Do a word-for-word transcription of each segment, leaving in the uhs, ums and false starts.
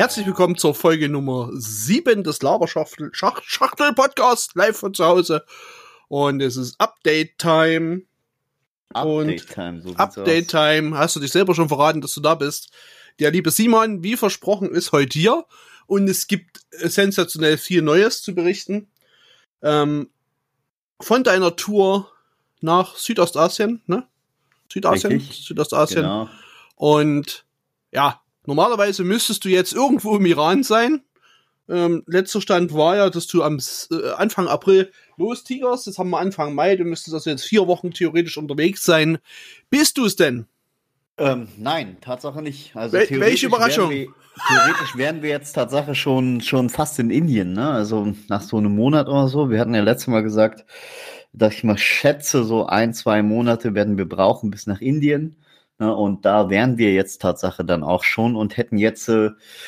Herzlich willkommen zur Folge Nummer sieben des Laberschachtel-Podcast, live von zu Hause. Und es ist Update-Time. Update-Time, so sieht's Update-Time. Hast du dich selber schon verraten, dass du da bist? Der liebe Simon, wie versprochen, ist heute hier. Und es gibt sensationell viel Neues zu berichten. Ähm, von deiner Tour nach Südostasien, ne? Südasien? Richtig, Südostasien. Genau. Und ja, normalerweise müsstest du jetzt irgendwo im Iran sein. Ähm, letzter Stand war ja, dass du am äh, Anfang April lostigerst. Jetzt haben wir Anfang Mai. Du müsstest also jetzt vier Wochen theoretisch unterwegs sein. Bist du es denn? Ähm, nein, Tatsache nicht. Also Wel- welche Überraschung? Wären wir, theoretisch wären wir jetzt Tatsache schon, schon fast in Indien, ne? Also nach so einem Monat oder so. Wir hatten ja letztes Mal gesagt, dass ich mal schätze, so ein, zwei Monate werden wir brauchen bis nach Indien. Ne? Und da wären wir jetzt Tatsache dann auch schon und hätten jetzt äh,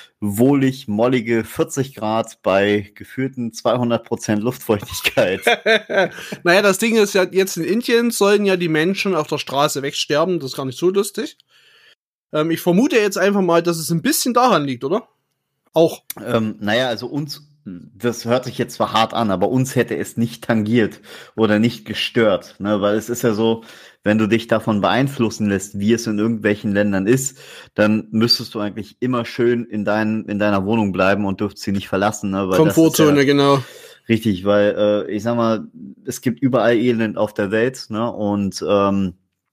wohlig mollige vierzig Grad bei gefühlten zweihundert Prozent Luftfeuchtigkeit. Naja, das Ding ist ja, jetzt in Indien sollen ja die Menschen auf der Straße wegsterben. Das ist gar nicht so lustig. Ähm, ich vermute jetzt einfach mal, dass es ein bisschen daran liegt, oder? Auch. Ähm, naja, also uns, das hört sich jetzt zwar hart an, aber uns hätte es nicht tangiert oder nicht gestört, ne? Weil es ist ja so, wenn du dich davon beeinflussen lässt, wie es in irgendwelchen Ländern ist, dann müsstest du eigentlich immer schön in dein, in deiner Wohnung bleiben und dürftest sie nicht verlassen, ne? Weil Komfortzone, das ist ja genau. richtig, weil äh, ich sag mal, es gibt überall Elend auf der Welt, ne? Und ähm,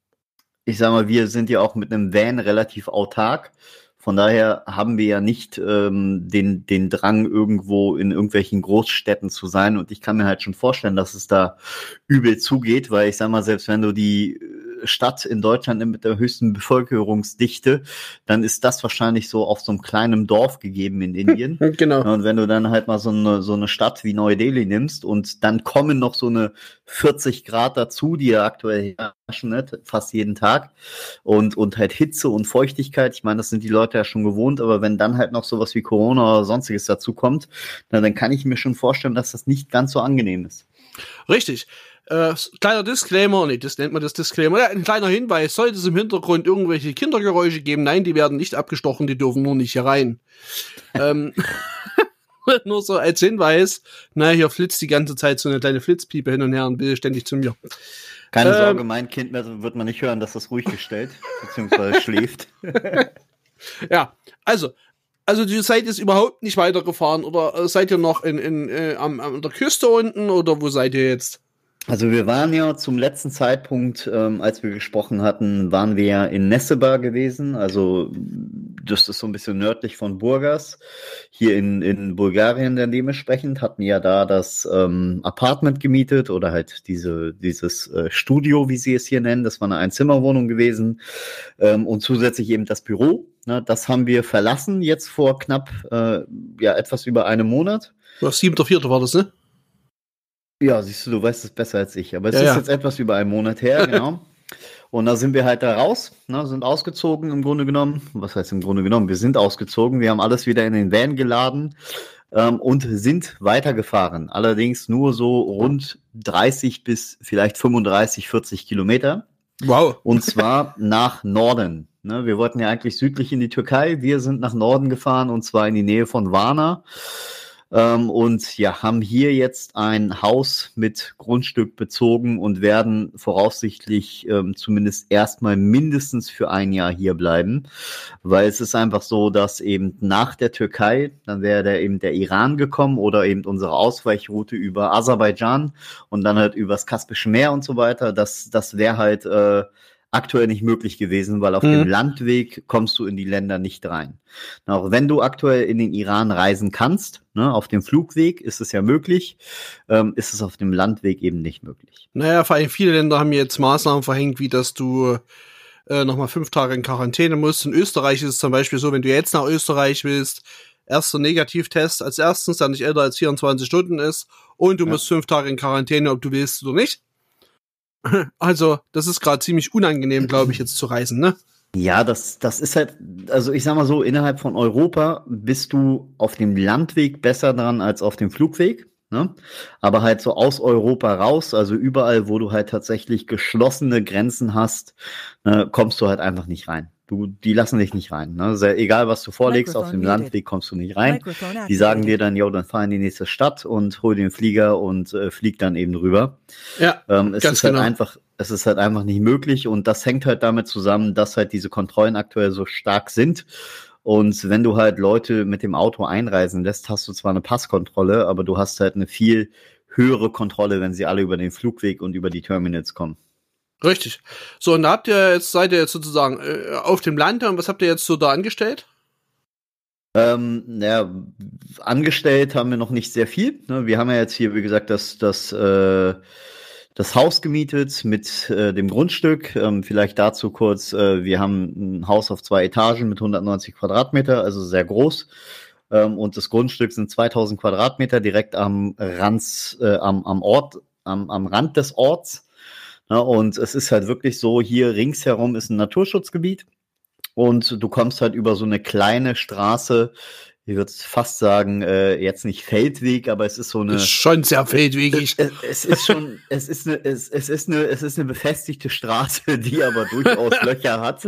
ich sag mal, wir sind ja auch mit einem Van relativ autark. Von daher haben wir ja nicht ähm, den, den Drang, irgendwo in irgendwelchen Großstädten zu sein. Und ich kann mir halt schon vorstellen, dass es da übel zugeht, weil ich sag mal, selbst wenn du die Stadt in Deutschland mit der höchsten Bevölkerungsdichte, dann ist das wahrscheinlich so auf so einem kleinen Dorf gegeben in Indien. Genau. Und wenn du dann halt mal so eine, so eine Stadt wie Neu-Delhi nimmst und dann kommen noch so eine vierzig Grad dazu, die ja aktuell herrschen, ne? Fast jeden Tag. Und, und halt Hitze und Feuchtigkeit. Ich meine, das sind die Leute ja schon gewohnt, aber wenn dann halt noch sowas wie Corona oder sonstiges dazu kommt, na, dann kann ich mir schon vorstellen, dass das nicht ganz so angenehm ist. Richtig. Äh, kleiner Disclaimer, nee, das nennt man das Disclaimer. Ja, ein kleiner Hinweis, sollte es im Hintergrund irgendwelche Kindergeräusche geben, nein, die werden nicht abgestochen, die dürfen nur nicht hier rein. ähm, nur so als Hinweis, na, hier flitzt die ganze Zeit so eine kleine Flitzpiepe hin und her und will ständig zu mir. Keine ähm, Sorge, mein Kind wird man nicht hören, dass das ruhig gestellt, beziehungsweise schläft. Ja, also, also ihr seid jetzt überhaupt nicht weitergefahren oder äh, seid ihr noch in, in, äh, am, an der Küste unten oder wo seid ihr jetzt? Also wir waren ja zum letzten Zeitpunkt, ähm, als wir gesprochen hatten, waren wir ja in Nessebar gewesen. Also das ist so ein bisschen nördlich von Burgas, hier in, in Bulgarien dann dementsprechend. Hatten ja da das ähm, Apartment gemietet oder halt diese dieses äh, Studio, wie sie es hier nennen. Das war eine Einzimmerwohnung gewesen ähm, und zusätzlich eben das Büro. Ne, das haben wir verlassen jetzt vor knapp, äh, ja etwas über einem Monat. siebter Vierter war das, ne? Ja, siehst du, du weißt es besser als ich. Aber es Ja, ist ja. jetzt etwas über einen Monat her, genau. Und da sind wir halt da raus, ne, sind ausgezogen im Grunde genommen. Was heißt im Grunde genommen? Wir sind ausgezogen. Wir haben alles wieder in den Van geladen ähm, und sind weitergefahren. Allerdings nur so rund dreißig bis vielleicht fünfunddreißig, vierzig Kilometer. Wow. Und zwar nach Norden. Ne, wir wollten ja eigentlich südlich in die Türkei. Wir sind nach Norden gefahren und zwar in die Nähe von Varna. Ähm, und ja, haben hier jetzt ein Haus mit Grundstück bezogen und werden voraussichtlich ähm, zumindest erstmal mindestens für ein Jahr hier bleiben, weil es ist einfach so, dass eben nach der Türkei, dann wäre da eben der Iran gekommen oder eben unsere Ausweichroute über Aserbaidschan und dann halt übers Kaspische Meer und so weiter. Das, das wäre halt äh, aktuell nicht möglich gewesen, weil auf mhm. dem Landweg kommst du in die Länder nicht rein. Auch wenn du aktuell in den Iran reisen kannst, ne, auf dem Flugweg ist es ja möglich, ähm, ist es auf dem Landweg eben nicht möglich. Naja, vor allem viele Länder haben jetzt Maßnahmen verhängt, wie dass du äh, nochmal fünf Tage in Quarantäne musst. In Österreich ist es zum Beispiel so, wenn du jetzt nach Österreich willst, erster Negativtest als erstens, der nicht älter als vierundzwanzig Stunden ist und du ja. musst fünf Tage in Quarantäne, ob du willst oder nicht. Also, das ist gerade ziemlich unangenehm, glaube ich, jetzt zu reisen, ne? Ja, das, das ist halt, also ich sag mal so, innerhalb von Europa bist du auf dem Landweg besser dran als auf dem Flugweg, ne? Aber halt so aus Europa raus, also überall, wo du halt tatsächlich geschlossene Grenzen hast, ne, kommst du halt einfach nicht rein. Du, die lassen dich nicht rein. Ne? Sehr, egal, was du vorlegst, auf dem Landweg kommst du nicht rein. Die sagen dir dann, jo, dann fahr in die nächste Stadt und hol den Flieger und äh, flieg dann eben rüber. Ja, ähm, es ganz ist genau. halt einfach, es ist halt einfach nicht möglich und das hängt halt damit zusammen, dass halt diese Kontrollen aktuell so stark sind. Und wenn du halt Leute mit dem Auto einreisen lässt, hast du zwar eine Passkontrolle, aber du hast halt eine viel höhere Kontrolle, wenn sie alle über den Flugweg und über die Terminals kommen. Richtig. So, und da habt ihr jetzt, seid ihr jetzt sozusagen äh, auf dem Land und was habt ihr jetzt so da angestellt? Ähm, naja, angestellt haben wir noch nicht sehr viel. Ne? Wir haben ja jetzt hier, wie gesagt, das, das, äh, das Haus gemietet mit äh, dem Grundstück. Ähm, vielleicht dazu kurz, äh, wir haben ein Haus auf zwei Etagen mit hundertneunzig Quadratmeter, also sehr groß. Ähm, und das Grundstück sind zweitausend Quadratmeter direkt am Rand, äh, am, am Ort, am, am Rand des Orts. Ja, und es ist halt wirklich so, hier ringsherum ist ein Naturschutzgebiet und du kommst halt über so eine kleine Straße, ich würde fast sagen, äh, jetzt nicht Feldweg, aber es ist so eine... Ist schon sehr feldwegig. Es, es ist schon, es ist eine, es, es ist eine, es ist eine befestigte Straße, die aber durchaus Löcher hat.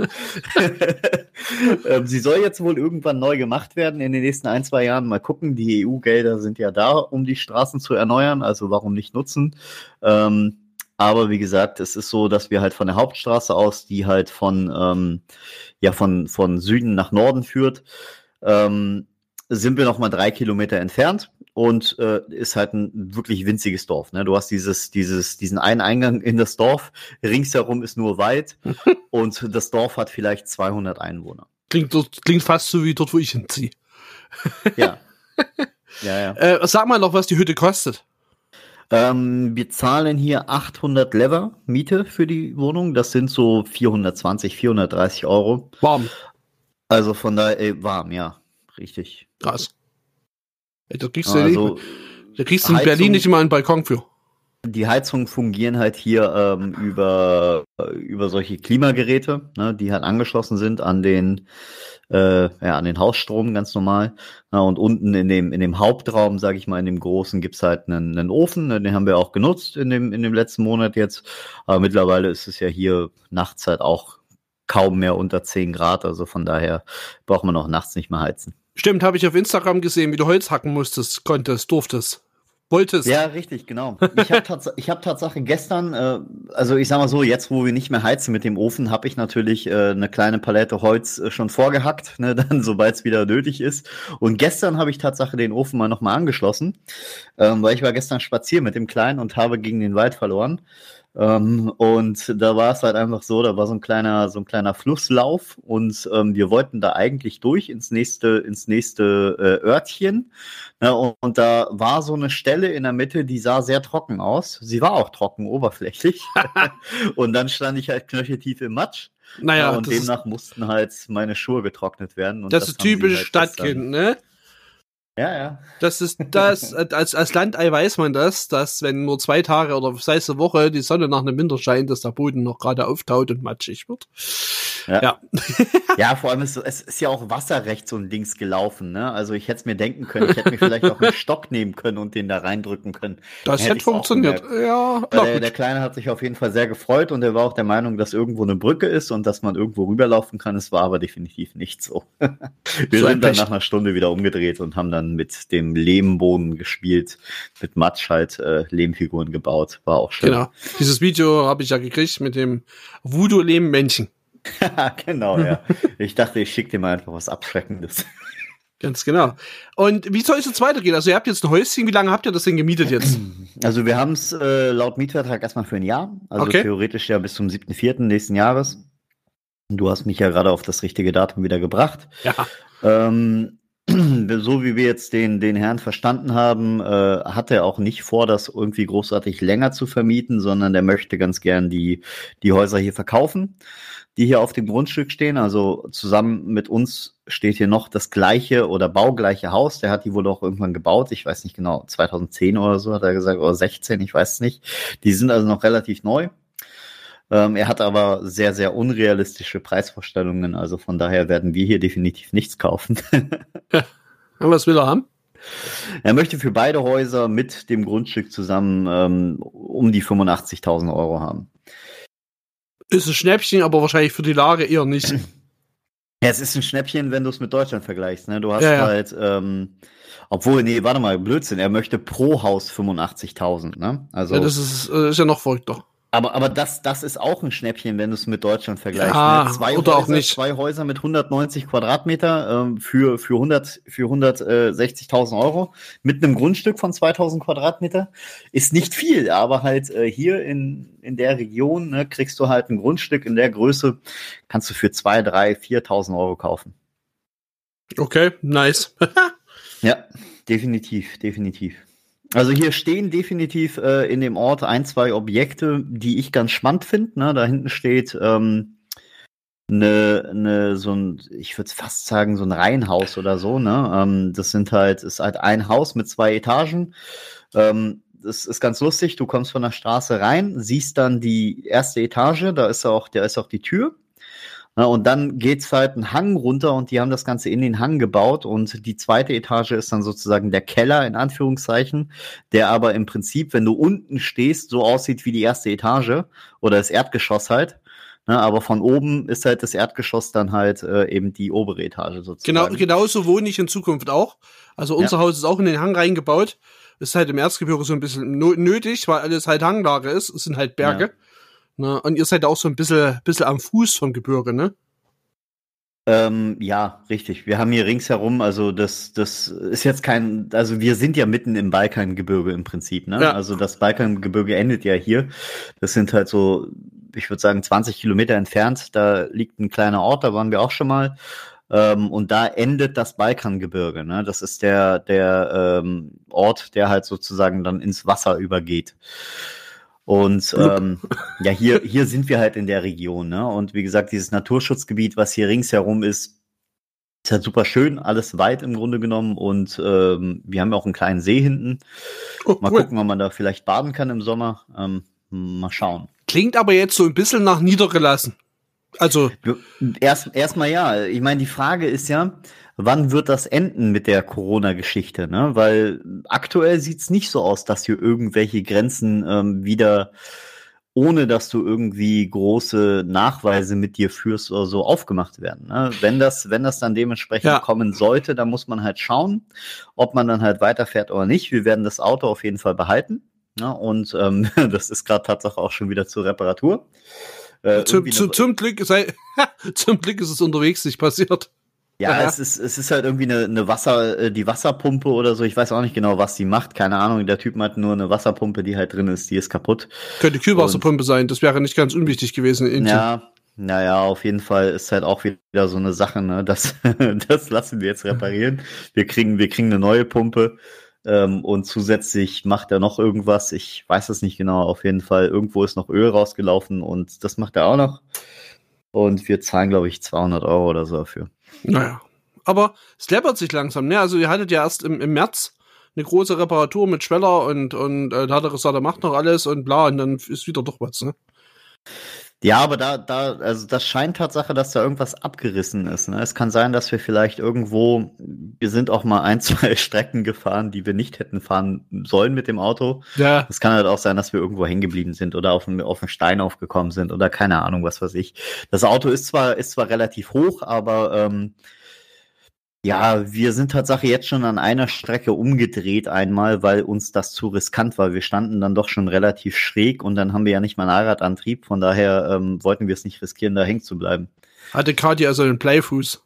ähm, sie soll jetzt wohl irgendwann neu gemacht werden in den nächsten ein, zwei Jahren. Mal gucken, die E U-Gelder sind ja da, um die Straßen zu erneuern, also warum nicht nutzen? Ähm, Aber wie gesagt, es ist so, dass wir halt von der Hauptstraße aus, die halt von, ähm, ja, von, von Süden nach Norden führt, ähm, sind wir noch mal drei Kilometer entfernt und äh, ist halt ein wirklich winziges Dorf. Ne? Du hast dieses, dieses, diesen einen Eingang in das Dorf, ringsherum ist nur Wald und das Dorf hat vielleicht zweihundert Einwohner. Klingt, klingt fast so wie dort, wo ich hinziehe. Ja. ja, ja. Äh, sag mal noch, was die Hütte kostet. Ähm, wir zahlen hier achthundert Lever Miete für die Wohnung. Das sind so vierhundertzwanzig, vierhundertdreißig Euro. Warm. Also von daher, äh, warm, ja. Richtig. Krass. Ey, da kriegst du, Also, nicht, da kriegst du in Heizung- Berlin nicht immer einen Balkon für. Die Heizungen fungieren halt hier ähm, über, äh, über solche Klimageräte, ne, die halt angeschlossen sind an den, äh, ja, an den Hausstrom ganz normal. Ja, und unten in dem, in dem Hauptraum, sage ich mal, in dem großen, gibt's halt einen, einen Ofen, ne, den haben wir auch genutzt in dem, in dem letzten Monat jetzt. Aber mittlerweile ist es ja hier nachts halt auch kaum mehr unter zehn Grad, also von daher braucht man auch nachts nicht mehr heizen. Stimmt, habe ich auf Instagram gesehen, wie du Holz hacken musstest, konntest, durftest. Wolltest. Ja, richtig, genau. Ich habe tats ich hab Tatsache gestern, äh, also ich sag mal so, jetzt wo wir nicht mehr heizen mit dem Ofen, habe ich natürlich äh, eine kleine Palette Holz äh, schon vorgehackt, ne, dann sobald es wieder nötig ist. Und gestern habe ich Tatsache den Ofen mal nochmal angeschlossen, ähm, weil ich war gestern spazieren mit dem Kleinen und habe gegen den Wald verloren. Ähm, und da war es halt einfach so, da war so ein kleiner, so ein kleiner Flusslauf und ähm, wir wollten da eigentlich durch ins nächste, ins nächste äh, Örtchen. Ne, und, und da war so eine Stelle in der Mitte, die sah sehr trocken aus. Sie war auch trocken, oberflächlich. Und dann stand ich halt knöcheltief im Matsch. Naja, ja, und das demnach mussten halt meine Schuhe getrocknet werden. Und das, das ist haben sie typisch halt Stadtkind, gestern- ne? Ja, ja. Das ist das, als, als Landei weiß man das, dass wenn nur zwei Tage oder sei es eine Woche die Sonne nach einem Winter scheint, dass der Boden noch gerade auftaut und matschig wird. Ja. Ja. Ja, vor allem ist so, es ist ja auch wasserrecht so ein Dings gelaufen, ne? Also ich hätte es mir denken können, ich hätte mir vielleicht auch einen Stock nehmen können und den da reindrücken können. Das Dann hätte ich's auch funktioniert. gemerkt. Ja, Weil na der, gut. der Kleine hat sich auf jeden Fall sehr gefreut und er war auch der Meinung, dass irgendwo eine Brücke ist und dass man irgendwo rüberlaufen kann. Es war aber definitiv nicht so. Wir So ein sind dann Pech. nach einer Stunde wieder umgedreht und haben dann mit dem Lehmboden gespielt, mit Matsch halt äh, Lehmfiguren gebaut. War auch schön. Genau. Dieses Video habe ich ja gekriegt mit dem Voodoo-Lehm-Männchen. Genau, ja. Ich dachte, ich schicke dir mal einfach was Abschreckendes. Ganz genau. Und wie soll es jetzt weitergehen? Also ihr habt jetzt ein Häuschen, wie lange habt ihr das denn gemietet jetzt? Also wir haben es äh, laut Mietvertrag erstmal für ein Jahr. Also Okay. theoretisch ja bis zum siebten vierten nächsten Jahres. Du hast mich ja gerade auf das richtige Datum wieder gebracht. Ja. Ähm, so wie wir jetzt den, den Herrn verstanden haben, äh, hat er auch nicht vor, das irgendwie großartig länger zu vermieten, sondern der möchte ganz gern die, die Häuser hier verkaufen, die hier auf dem Grundstück stehen. Also zusammen mit uns steht hier noch das gleiche oder baugleiche Haus. Der hat die wohl auch irgendwann gebaut. Ich weiß nicht genau, zweitausendzehn oder so hat er gesagt, oder sechzehn, ich weiß es nicht. Die sind also noch relativ neu. Ähm, er hat aber sehr, sehr unrealistische Preisvorstellungen. Also von daher werden wir hier definitiv nichts kaufen. Und was will er haben? Er möchte für beide Häuser mit dem Grundstück zusammen ähm, um die fünfundachtzigtausend Euro haben. Ist ein Schnäppchen, aber wahrscheinlich für die Lage eher nicht. Ja, es ist ein Schnäppchen, wenn du es mit Deutschland vergleichst. Ne? Du hast Ja, ja. halt, ähm, obwohl, nee, warte mal, Blödsinn. Er möchte pro Haus fünfundachtzigtausend. Ne? Ja, Also, das ist, äh, ist ja noch verrückter. aber, aber das, das ist auch ein Schnäppchen, wenn du es mit Deutschland vergleichst. Ne? Ja, Zwei oder auch Häuser, nicht. zwei Häuser mit hundertneunzig Quadratmeter ähm, für, für hundert, für hundertsechzigtausend Euro mit einem Grundstück von zweitausend Quadratmeter ist nicht viel, aber halt äh, hier in, in der Region ne, kriegst du halt ein Grundstück in der Größe, kannst du für zwei, drei, viertausend Euro kaufen. Okay, nice. Ja, definitiv, definitiv. Also hier stehen definitiv äh, in dem Ort ein, zwei Objekte, die ich ganz spannend finde. Ne? Da hinten steht ähm, ne, ne, so ein, ich würde fast sagen, so ein Reihenhaus oder so. Ne? Ähm, das sind halt, ist halt ein Haus mit zwei Etagen. Ähm, das ist ganz lustig. Du kommst von der Straße rein, siehst dann die erste Etage, da ist auch, da ist auch die Tür. Ja, und dann geht's halt einen Hang runter und die haben das Ganze in den Hang gebaut und die zweite Etage ist dann sozusagen der Keller in Anführungszeichen, der aber im Prinzip, wenn du unten stehst, so aussieht wie die erste Etage oder das Erdgeschoss halt. Ne, aber von oben ist halt das Erdgeschoss dann halt äh, eben die obere Etage sozusagen. Genau, genauso wohne ich in Zukunft auch. Also unser ja. Haus ist auch in den Hang reingebaut. Ist halt im Erzgebirge so ein bisschen no- nötig, weil alles halt Hanglage ist. Es sind halt Berge. Ja. Ne? Und ihr seid auch so ein bisschen, bisschen am Fuß vom Gebirge, ne? Ähm, ja, richtig. Wir haben hier ringsherum, also das, das ist jetzt kein, also wir sind ja mitten im Balkangebirge im Prinzip, ne? Ja. Also das Balkangebirge endet ja hier. Das sind halt so, ich würde sagen, zwanzig Kilometer entfernt. Da liegt ein kleiner Ort, da waren wir auch schon mal. Ähm, und da endet das Balkangebirge, ne? Das ist der, der ähm, Ort, der halt sozusagen dann ins Wasser übergeht. Und ähm, ja, hier, hier sind wir halt in der Region, ne? Und wie gesagt, dieses Naturschutzgebiet, was hier ringsherum ist, ist halt super schön, alles weit im Grunde genommen. Und ähm, wir haben ja auch einen kleinen See hinten. Oh, mal cool. gucken, ob man da vielleicht baden kann im Sommer. Ähm, mal schauen. Klingt aber jetzt so ein bisschen nach niedergelassen. Also erst erstmal ja. Ich meine, die Frage ist ja, wann wird das enden mit der Corona-Geschichte, ne? Weil aktuell sieht's nicht so aus, dass hier irgendwelche Grenzen ähm, wieder, ohne dass du irgendwie große Nachweise mit dir führst oder so, aufgemacht werden. Ne? Wenn das, wenn das dann dementsprechend ja. kommen sollte, dann muss man halt schauen, ob man dann halt weiterfährt oder nicht. Wir werden das Auto auf jeden Fall behalten. Ja, und ähm, das ist gerade Tatsache auch schon wieder zur Reparatur. Äh, zum, zu, zum, Glück sei, zum Glück ist es unterwegs nicht passiert. Ja, ja, es ist es ist halt irgendwie eine, eine Wasser, die Wasserpumpe oder so. Ich weiß auch nicht genau, was die macht. Keine Ahnung. Der Typ hat nur eine Wasserpumpe, die halt drin ist. Die ist kaputt. Könnte Kühlwasserpumpe Und, sein. Das wäre nicht ganz unwichtig gewesen in Indien. Ja, naja, auf jeden Fall ist halt auch wieder so eine Sache. Ne, das das lassen wir jetzt reparieren. Wir kriegen wir kriegen eine neue Pumpe. Ähm, und zusätzlich macht er noch irgendwas. Ich weiß es nicht genau. Auf jeden Fall irgendwo ist noch Öl rausgelaufen und das macht er auch noch. Und wir zahlen, glaube ich, zweihundert Euro oder so dafür. Naja, aber es läppert sich langsam, ne? Also ihr hattet ja erst im, im März eine große Reparatur mit Schweller und, und äh, da hat er gesagt, er macht noch alles und bla und dann ist wieder doch was, ne? Ja, aber da, da, also das scheint Tatsache, dass da irgendwas abgerissen ist. Ne? Es kann sein, dass wir vielleicht irgendwo, wir sind auch mal ein, zwei Strecken gefahren, die wir nicht hätten fahren sollen mit dem Auto. Ja. Es kann halt auch sein, dass wir irgendwo hängen geblieben sind oder auf einen, auf einen Stein aufgekommen sind oder keine Ahnung, was weiß ich. Das Auto ist zwar, ist zwar relativ hoch, aber ähm, ja, wir sind Tatsache jetzt schon an einer Strecke umgedreht einmal, weil uns das zu riskant war. Wir standen dann doch schon relativ schräg und dann haben wir ja nicht mal einen Allradantrieb. Von daher ähm, wollten wir es nicht riskieren, da hängen zu bleiben. Hatte Kati also einen Bleifuß.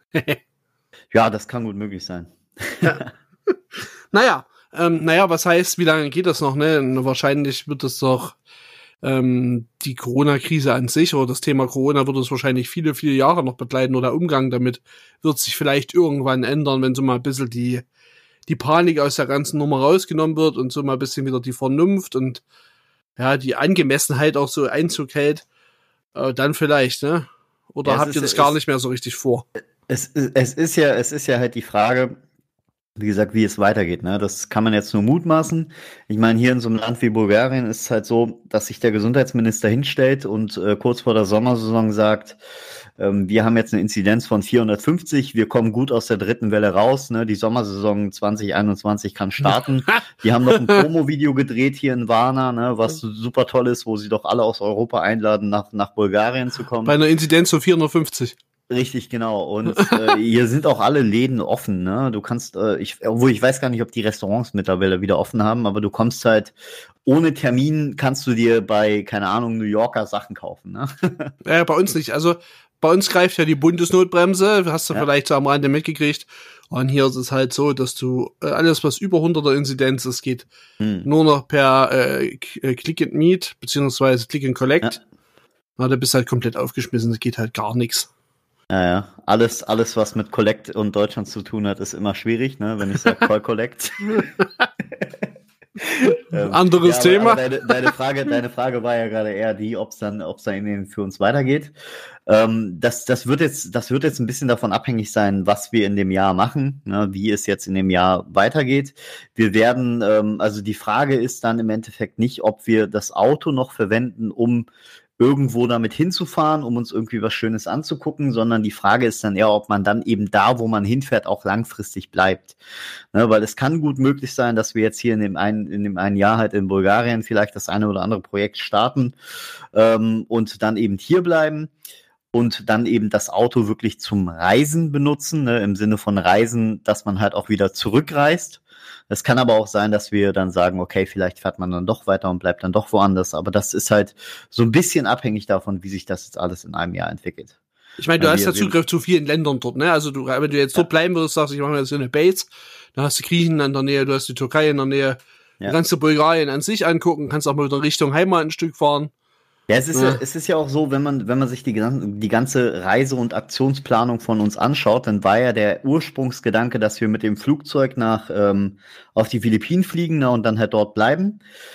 Ja, das kann gut möglich sein. Ja. Naja, ähm, naja, was heißt, wie lange geht das noch? Ne? Wahrscheinlich wird es doch ähm, die Corona-Krise an sich oder das Thema Corona wird uns wahrscheinlich viele, viele Jahre noch begleiten oder der Umgang damit wird sich vielleicht irgendwann ändern, wenn so mal ein bisschen die, die Panik aus der ganzen Nummer rausgenommen wird und so mal ein bisschen wieder die Vernunft und ja, die Angemessenheit auch so Einzug hält, äh, dann vielleicht, ne? Oder ja, habt ihr das gar nicht mehr so richtig vor? Es, es ist ja, es ist ja halt die Frage, wie gesagt, wie es weitergeht, ne? Das kann man jetzt nur mutmaßen. Ich meine, hier in so einem Land wie Bulgarien ist es halt so, dass sich der Gesundheitsminister hinstellt und äh, kurz vor der Sommersaison sagt, ähm, wir haben jetzt eine Inzidenz von vierhundertfünfzig, wir kommen gut aus der dritten Welle raus, ne? Die Sommersaison zwanzig einundzwanzig kann starten. Die haben noch ein Promo-Video gedreht hier in Varna, ne? Was super toll ist, wo sie doch alle aus Europa einladen, nach, nach Bulgarien zu kommen. Bei einer Inzidenz von vierhundertfünfzig. Richtig, genau. Und äh, hier sind auch alle Läden offen, ne? Du kannst, äh, ich, obwohl ich weiß gar nicht, ob die Restaurants mittlerweile wieder offen haben, aber du kommst halt ohne Termin, kannst du dir bei, keine Ahnung, New Yorker Sachen kaufen, ne? Ja, bei uns nicht. Also bei uns greift ja die Bundesnotbremse, hast du Ja. vielleicht so am Rande mitgekriegt. Und hier ist es halt so, dass du äh, alles, was über hunderter Inzidenz ist, geht Hm. nur noch per äh, K- äh, Click and Meet, beziehungsweise Click and Collect. Ja. Na, da bist du halt komplett aufgeschmissen, es geht halt gar nichts. Ja, ja. Alles, alles, was mit Collect und Deutschland zu tun hat, ist immer schwierig, ne? Wenn ich sage Call Collect. ähm, Anderes ja, aber, Thema. aber deine, deine Frage, deine Frage war ja gerade eher die, ob es dann, ob es dann irgendwie für uns weitergeht. Ähm, das, das wird jetzt, das wird jetzt ein bisschen davon abhängig sein, was wir in dem Jahr machen, ne? Wie es jetzt in dem Jahr weitergeht. Wir werden, ähm, also die Frage ist dann im Endeffekt nicht, ob wir das Auto noch verwenden, um irgendwo damit hinzufahren, um uns irgendwie was Schönes anzugucken, sondern die Frage ist dann eher, ob man dann eben da, wo man hinfährt, auch langfristig bleibt. Ne, weil es kann gut möglich sein, dass wir jetzt hier in dem einen, in dem einen Jahr halt in Bulgarien vielleicht das eine oder andere Projekt starten ähm, und dann eben hier bleiben und dann eben das Auto wirklich zum Reisen benutzen, ne, im Sinne von Reisen, dass man halt auch wieder zurückreist. Es kann aber auch sein, dass wir dann sagen, okay, vielleicht fährt man dann doch weiter und bleibt dann doch woanders. Aber das ist halt so ein bisschen abhängig davon, wie sich das jetzt alles in einem Jahr entwickelt. Ich meine, du Ja, hast wir- ja Zugriff zu vielen Ländern dort, ne? Also du, wenn du jetzt dort bleiben würdest, sagst, ich mache mir jetzt so eine Base, dann hast du Griechenland in der Nähe, du hast die Türkei in der Nähe, Ja. du kannst dir Bulgarien an sich angucken, kannst auch mal wieder Richtung Heimat ein Stück fahren. Ja, es ist ja, Ja. es ist ja auch so, wenn man, wenn man sich die, gan- die ganze Reise- und Aktionsplanung von uns anschaut, dann war ja der Ursprungsgedanke, dass wir mit dem Flugzeug nach ähm, auf die Philippinen fliegen, ne, und dann halt dort bleiben.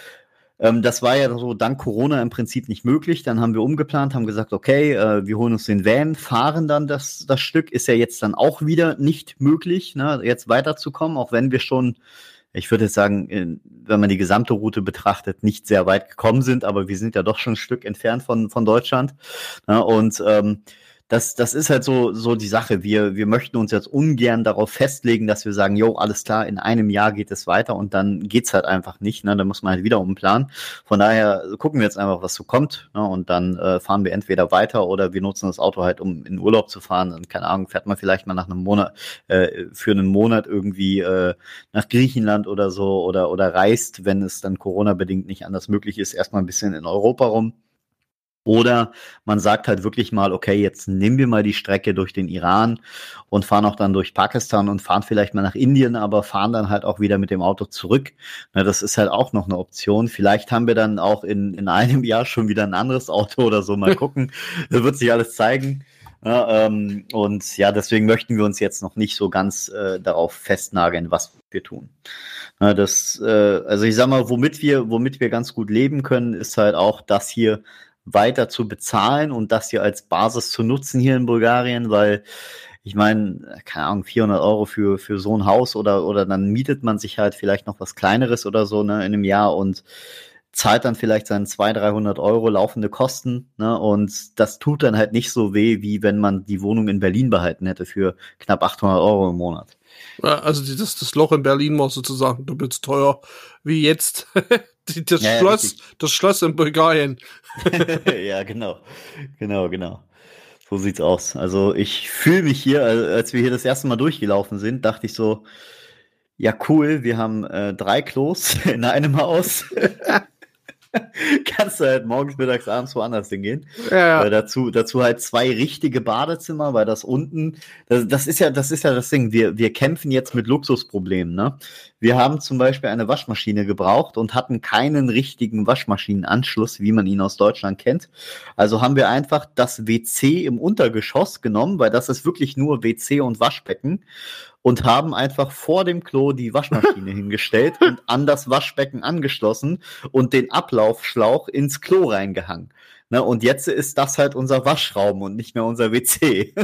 Ähm, das war ja so dank Corona im Prinzip nicht möglich. Dann haben wir umgeplant, haben gesagt, okay, äh, wir holen uns den Van, fahren dann das, das Stück. Ist ja jetzt dann auch wieder nicht möglich, ne, jetzt weiterzukommen, auch wenn wir schon, ich würde jetzt sagen, in, wenn man die gesamte Route betrachtet, nicht sehr weit gekommen sind, aber wir sind ja doch schon ein Stück entfernt von, von Deutschland. Ne, und ähm, das, das ist halt so, so die Sache. Wir, wir möchten uns jetzt ungern darauf festlegen, dass wir sagen, jo, alles klar, in einem Jahr geht es weiter und dann geht's halt einfach nicht. Ne? Da muss man halt wieder umplanen. Von daher gucken wir jetzt einfach, was so kommt. Ne? Und dann äh, fahren wir entweder weiter oder wir nutzen das Auto halt, um in Urlaub zu fahren. Und keine Ahnung, fährt man vielleicht mal nach einem Monat, äh, für einen Monat irgendwie äh, nach Griechenland oder so oder, oder reist, wenn es dann Corona-bedingt nicht anders möglich ist, erstmal ein bisschen in Europa rum. Oder man sagt halt wirklich mal, okay, jetzt nehmen wir mal die Strecke durch den Iran und fahren auch dann durch Pakistan und fahren vielleicht mal nach Indien, aber fahren dann halt auch wieder mit dem Auto zurück. Na, das ist halt auch noch eine Option. Vielleicht haben wir dann auch in, in einem Jahr schon wieder ein anderes Auto oder so. Mal gucken. Das wird sich alles zeigen. Ja, ähm, und ja, deswegen möchten wir uns jetzt noch nicht so ganz äh, darauf festnageln, was wir tun. Ja, das, äh, also ich sag mal, womit wir, womit wir ganz gut leben können, ist halt auch das hier weiter zu bezahlen und das hier als Basis zu nutzen hier in Bulgarien, weil ich meine, keine Ahnung, vierhundert Euro für, für so ein Haus oder, oder dann mietet man sich halt vielleicht noch was Kleineres oder so, ne, in einem Jahr und zahlt dann vielleicht seinen zweihundert, dreihundert Euro laufende Kosten, ne, und das tut dann halt nicht so weh, wie wenn man die Wohnung in Berlin behalten hätte für knapp achthundert Euro im Monat. Ja, also die, das, das Loch in Berlin war sozusagen doppelt so teuer wie jetzt. Die, das Ja, ja, Schloss, richtig. das Schloss in Bulgarien. Ja, genau. Genau, genau. So sieht's aus. Also ich fühle mich hier, al- als wir hier das erste Mal durchgelaufen sind, dachte ich so, ja cool, wir haben äh, drei Klos in einem Haus. Kannst du halt morgens, mittags, abends woanders hingehen. Ja, Äh, dazu, dazu halt zwei richtige Badezimmer, weil das unten, das, das ist ja, das ist ja das Ding. Wir, wir kämpfen jetzt mit Luxusproblemen, ne? Wir haben zum Beispiel eine Waschmaschine gebraucht und hatten keinen richtigen Waschmaschinenanschluss, wie man ihn aus Deutschland kennt. Also haben wir einfach das W C im Untergeschoss genommen, weil das ist wirklich nur W C und Waschbecken, und haben einfach vor dem Klo die Waschmaschine hingestellt und an das Waschbecken angeschlossen und den Ablaufschlauch ins Klo reingehangen. Ne, und jetzt ist das halt unser Waschraum und nicht mehr unser W C.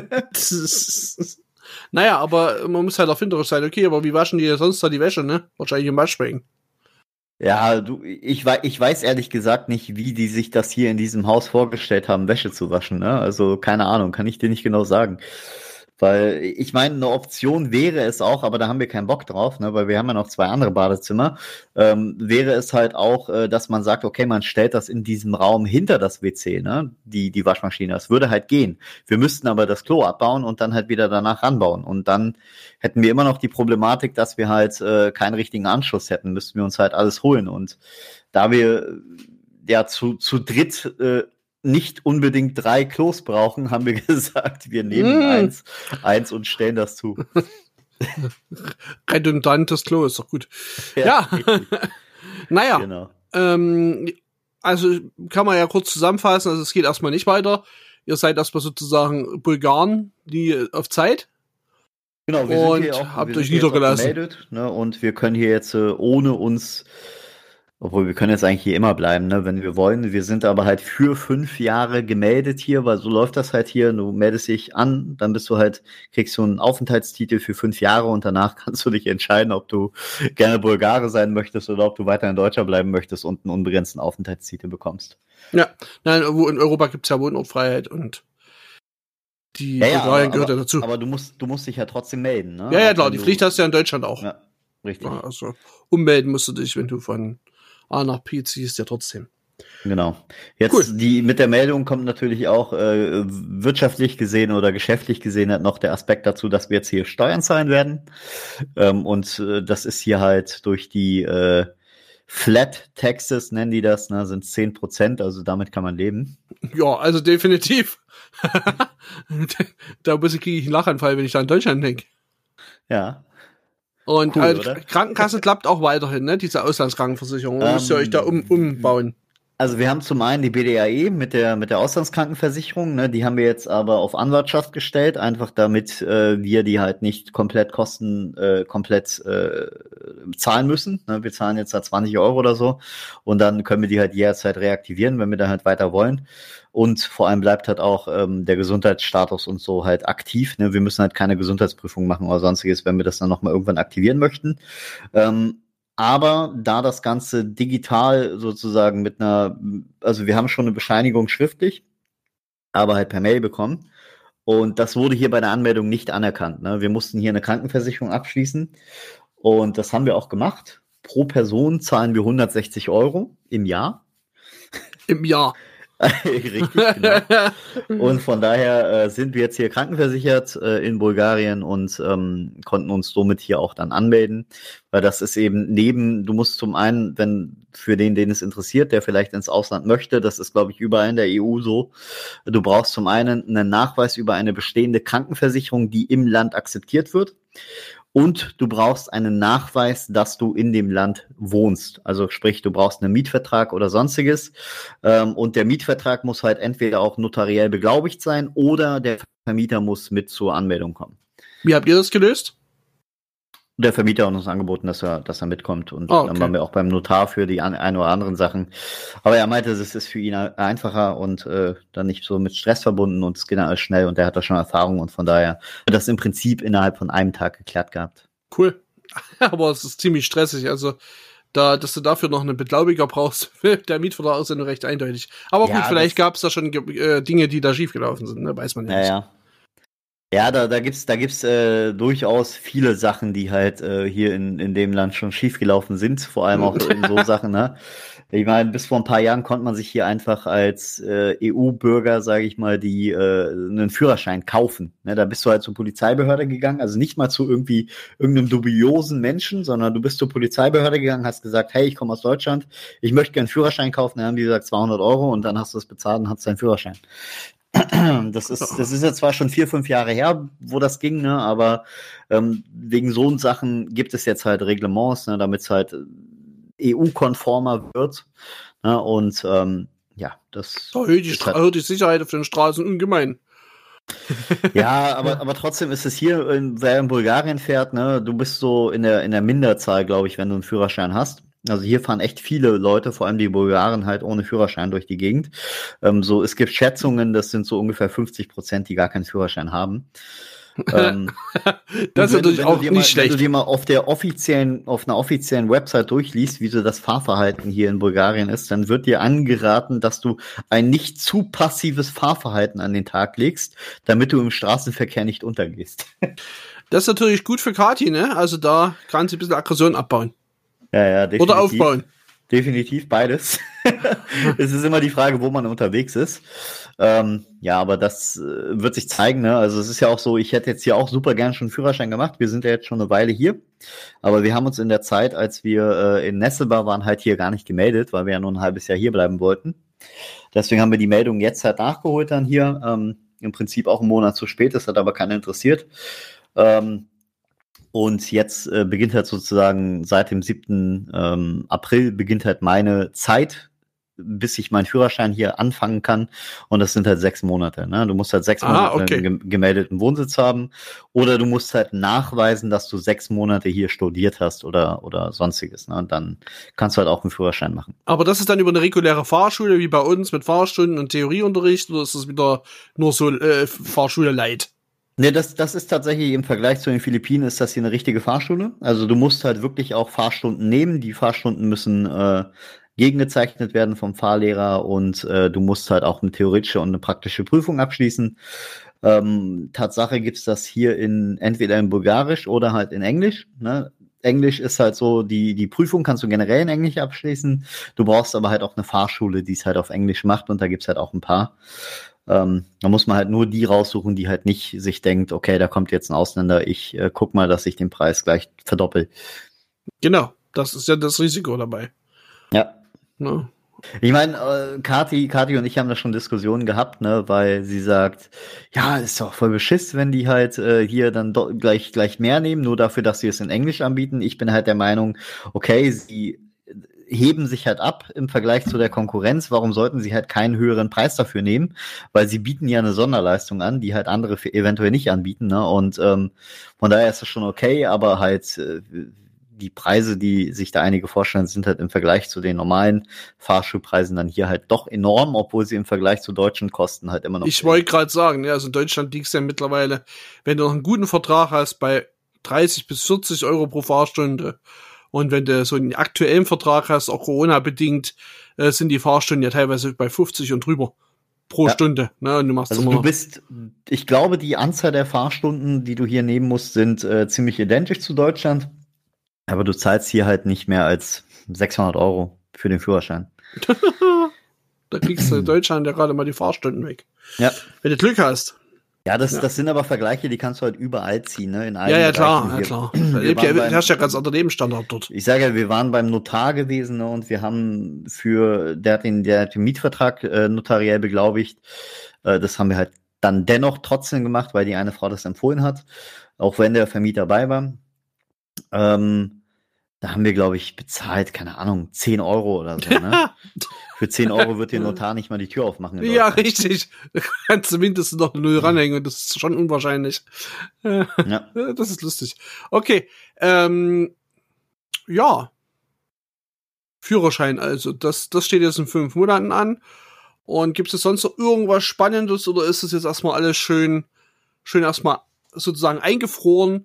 Naja, aber man muss halt erfinderisch sein. Okay, aber wie waschen die denn sonst da die Wäsche, ne? Wahrscheinlich im Waschbecken. Ja, du, ich, wei- ich weiß ehrlich gesagt nicht, wie die sich das hier in diesem Haus vorgestellt haben, Wäsche zu waschen. Ne? Also keine Ahnung, kann ich dir nicht genau sagen. Weil ich meine, eine Option wäre es auch, aber da haben wir keinen Bock drauf, ne, weil wir haben ja noch zwei andere Badezimmer, ähm, wäre es halt auch, äh, dass man sagt, okay, man stellt das in diesem Raum hinter das W C, ne, die, die Waschmaschine. Das würde halt gehen. Wir müssten aber das Klo abbauen und dann halt wieder danach ranbauen. Und dann hätten wir immer noch die Problematik, dass wir halt äh, keinen richtigen Anschluss hätten, müssten wir uns halt alles holen. Und da wir ja zu, zu dritt äh, nicht unbedingt drei Klos brauchen, haben wir gesagt, wir nehmen mm. eins, eins und stellen das zu. Redundantes Klo ist doch gut. Ja, ja. Naja, genau. ähm, also kann man ja kurz zusammenfassen, also es geht erstmal nicht weiter. Ihr seid erstmal sozusagen Bulgaren, die auf Zeit. Genau, wir und sind hier auch, habt euch niedergelassen. Gemeldet, ne, und wir können hier jetzt äh, ohne uns Obwohl, wir können jetzt eigentlich hier immer bleiben, ne, wenn wir wollen. Wir sind aber halt für fünf Jahre gemeldet hier, weil so läuft das halt hier. Du meldest dich an, dann bist du halt, kriegst du einen Aufenthaltstitel für fünf Jahre und danach kannst du dich entscheiden, ob du gerne Bulgare sein möchtest oder ob du weiter in Deutschland bleiben möchtest und einen unbegrenzten Aufenthaltstitel bekommst. Ja, nein, in Europa gibt's ja Wohnortfreiheit und die ja, ja, Bulgarien aber, gehört ja aber, dazu. Aber du musst, du musst dich ja trotzdem melden, ne? Ja, ja, klar, die Pflicht hast du ja in Deutschland auch. Ja, richtig. Ja, also ummelden musst du dich, wenn du von A nach P ziehst, ja trotzdem. Genau. Jetzt cool. die mit der Meldung kommt natürlich auch äh, wirtschaftlich gesehen oder geschäftlich gesehen hat noch der Aspekt dazu, dass wir jetzt hier Steuern zahlen werden. Ähm, und äh, das ist hier halt durch die äh, Flat Taxes, nennen die das, ne, sind zehn Prozent, also damit kann man leben. Ja, also definitiv. Da muss ich, kriege ich einen Lachanfall, wenn ich da an Deutschland denke. Ja. Und cool, äh, Krankenkasse klappt auch weiterhin, ne? Diese Auslandskrankenversicherung. Ähm, müsst ihr euch da um, umbauen. Also wir haben zum einen die B D A E mit der mit der Auslandskrankenversicherung, ne? Die haben wir jetzt aber auf Anwartschaft gestellt, einfach damit äh, wir die halt nicht komplett kosten, äh, komplett äh, zahlen müssen. Ne? Wir zahlen jetzt da zwanzig Euro oder so und dann können wir die halt jederzeit reaktivieren, wenn wir da halt weiter wollen. Und vor allem bleibt halt auch ähm, der Gesundheitsstatus und so halt aktiv. Ne? Wir müssen halt keine Gesundheitsprüfung machen oder sonstiges, wenn wir das dann nochmal irgendwann aktivieren möchten. Ähm, aber da das Ganze digital sozusagen mit einer, also wir haben schon eine Bescheinigung schriftlich, aber halt per Mail bekommen. Und das wurde hier bei der Anmeldung nicht anerkannt. Ne? Wir mussten hier eine Krankenversicherung abschließen. Und das haben wir auch gemacht. Pro Person zahlen wir hundertsechzig Euro im Jahr. Im Jahr. Richtig, genau. Und von daher äh, sind wir jetzt hier krankenversichert äh, in Bulgarien und ähm, konnten uns somit hier auch dann anmelden, weil das ist eben neben, du musst zum einen, wenn für den, den es interessiert, der vielleicht ins Ausland möchte, das ist, glaube ich, überall in der E U so, du brauchst zum einen einen Nachweis über eine bestehende Krankenversicherung, die im Land akzeptiert wird. Und du brauchst einen Nachweis, dass du in dem Land wohnst. Also sprich, du brauchst einen Mietvertrag oder sonstiges. Ähm, und der Mietvertrag muss halt entweder auch notariell beglaubigt sein oder der Vermieter muss mit zur Anmeldung kommen. Wie habt ihr das gelöst? Der Vermieter hat uns angeboten, dass er, dass er mitkommt. Und oh, okay. Dann waren wir auch beim Notar für die ein, ein oder anderen Sachen. Aber er meinte, es ist für ihn einfacher und äh, dann nicht so mit Stress verbunden und es geht dann alles schnell und er hat da schon Erfahrung und von daher hat das im Prinzip innerhalb von einem Tag geklärt gehabt. Cool. Aber es ist ziemlich stressig. Also, da, dass du dafür noch einen Beglaubiger brauchst, der Mietvertrag ist ja nur recht eindeutig. Aber ja, gut, vielleicht gab es da schon äh, Dinge, die da schiefgelaufen sind, ne? Weiß man ja, ja nicht. Ja. Ja, da, da gibt's, da gibt's äh, durchaus viele Sachen, die halt äh, hier in, in dem Land schon schiefgelaufen sind, vor allem auch in so Sachen, ne? Ich meine, bis vor ein paar Jahren konnte man sich hier einfach als äh, E U-Bürger, sage ich mal, die äh, einen Führerschein kaufen. Ne? Da bist du halt zur Polizeibehörde gegangen, also nicht mal zu irgendwie irgendeinem dubiosen Menschen, sondern du bist zur Polizeibehörde gegangen, hast gesagt, hey, ich komme aus Deutschland, ich möchte gerne einen Führerschein kaufen, dann haben die gesagt zweihundert Euro und dann hast du es bezahlt und hast deinen Führerschein. Das ist, das ist ja zwar schon vier, fünf Jahre her, wo das ging, ne, aber ähm, wegen so Sachen gibt es jetzt halt Reglements, ne, damit es halt E U-konformer wird. Ne, und ähm, ja, das da erhöht die, Stra- halt, die Sicherheit auf den Straßen ungemein. Ja, aber, aber trotzdem ist es hier, wer in Bulgarien fährt, ne, du bist so in der, in der Minderzahl, glaube ich, wenn du einen Führerschein hast. Also hier fahren echt viele Leute, vor allem die Bulgaren, halt ohne Führerschein durch die Gegend. Ähm, so, es gibt Schätzungen, das sind so ungefähr fünfzig Prozent, die gar keinen Führerschein haben. Ähm, das ist wenn, natürlich wenn auch nicht nicht mal, schlecht. Wenn du dir mal auf der offiziellen, auf einer offiziellen Website durchliest, wie so das Fahrverhalten hier in Bulgarien ist, dann wird dir angeraten, dass du ein nicht zu passives Fahrverhalten an den Tag legst, damit du im Straßenverkehr nicht untergehst. Das ist natürlich gut für Kati, ne? Also da kann sie ein bisschen Aggression abbauen. Ja, ja, definitiv. Oder aufbauen. Definitiv beides. Es ist immer die Frage, wo man unterwegs ist. Ähm, ja, aber das äh, wird sich zeigen. Ne? Also es ist ja auch so, ich hätte jetzt hier auch super gern schon einen Führerschein gemacht. Wir sind ja jetzt schon eine Weile hier. Aber wir haben uns in der Zeit, als wir äh, in Nesselbar waren, halt hier gar nicht gemeldet, weil wir ja nur ein halbes Jahr hier bleiben wollten. Deswegen haben wir die Meldung jetzt halt nachgeholt dann hier. Ähm, Im Prinzip auch einen Monat zu spät. Das hat aber keiner interessiert. Ähm, Und jetzt äh, beginnt halt sozusagen seit dem siebten Ähm, April beginnt halt meine Zeit, bis ich meinen Führerschein hier anfangen kann. Und das sind halt sechs Monate. Ne? Du musst halt sechs Ah, Monate okay. einen gemeldeten Wohnsitz haben. Oder du musst halt nachweisen, dass du sechs Monate hier studiert hast oder, oder sonstiges. Ne? Und dann kannst du halt auch einen Führerschein machen. Aber das ist dann über eine reguläre Fahrschule, wie bei uns mit Fahrstunden und Theorieunterricht, oder ist das wieder nur so äh, Fahrschule light? Ne, das, das ist tatsächlich im Vergleich zu den Philippinen ist das hier eine richtige Fahrschule. Also du musst halt wirklich auch Fahrstunden nehmen. Die Fahrstunden müssen äh, gegengezeichnet werden vom Fahrlehrer und äh, du musst halt auch eine theoretische und eine praktische Prüfung abschließen. Ähm, Tatsache gibt's das hier in entweder in Bulgarisch oder halt in Englisch. Ne? Englisch ist halt so, die, die Prüfung kannst du generell in Englisch abschließen. Du brauchst aber halt auch eine Fahrschule, die es halt auf Englisch macht und da gibt's halt auch ein paar. Ähm, da muss man halt nur die raussuchen, die halt nicht sich denkt, okay, da kommt jetzt ein Ausländer, ich äh, guck mal, dass ich den Preis gleich verdoppel. Genau, das ist ja das Risiko dabei. Ja. Ne? Ich meine, äh, Kathi, Kathi und ich haben da schon Diskussionen gehabt, ne, weil sie sagt, ja, ist doch voll beschiss, wenn die halt äh, hier dann do- gleich gleich mehr nehmen, nur dafür, dass sie es in Englisch anbieten. Ich bin halt der Meinung, okay, sie heben sich halt ab im Vergleich zu der Konkurrenz. Warum sollten sie halt keinen höheren Preis dafür nehmen? Weil sie bieten ja eine Sonderleistung an, die halt andere für eventuell nicht anbieten. Ne? Und ähm, von daher ist das schon okay, aber halt äh, die Preise, die sich da einige vorstellen, sind halt im Vergleich zu den normalen Fahrschulpreisen dann hier halt doch enorm, obwohl sie im Vergleich zu deutschen Kosten halt immer noch. Ich wollte gerade sagen, ja, also in Deutschland liegst du ja mittlerweile, wenn du noch einen guten Vertrag hast, bei dreißig bis vierzig Euro pro Fahrstunde. Und wenn du so einen aktuellen Vertrag hast, auch Corona-bedingt, äh, sind die Fahrstunden ja teilweise bei fünfzig und drüber pro Ja. Stunde. Ne? Und du machst Also immer du bist, ich glaube, die Anzahl der Fahrstunden, die du hier nehmen musst, sind äh, ziemlich identisch zu Deutschland. Aber du zahlst hier halt nicht mehr als sechshundert Euro für den Führerschein. Da kriegst du in Deutschland ja gerade mal die Fahrstunden weg. Ja. Wenn du Glück hast. Ja, das, Ja. das sind aber Vergleiche, die kannst du halt überall ziehen, ne? In allen Ja, ja, Bereichen klar, ja, hier. klar. Wir Da lebt ja, waren beim- herrscht ja ganz anderer Lebensstandard dort. Ich sage ja, wir waren beim Notar gewesen, ne, und wir haben für, der hat den, der hat den Mietvertrag äh, notariell beglaubigt. Äh, das haben wir halt dann dennoch trotzdem gemacht, weil die eine Frau das empfohlen hat, auch wenn der Vermieter bei war. Ähm, da haben wir, glaube ich, bezahlt, keine Ahnung, zehn Euro oder so, ne? Für zehn Euro wird der Notar nicht mal die Tür aufmachen. in Ja, Deutschland. richtig. Da kannst du mindestens noch eine Null ranhängen und das ist schon unwahrscheinlich. Ja. Das ist lustig. Okay, ähm, ja. Führerschein also, das, das steht jetzt in fünf Monaten an. Und gibt es sonst noch irgendwas Spannendes oder ist es jetzt erstmal alles schön, schön erstmal sozusagen eingefroren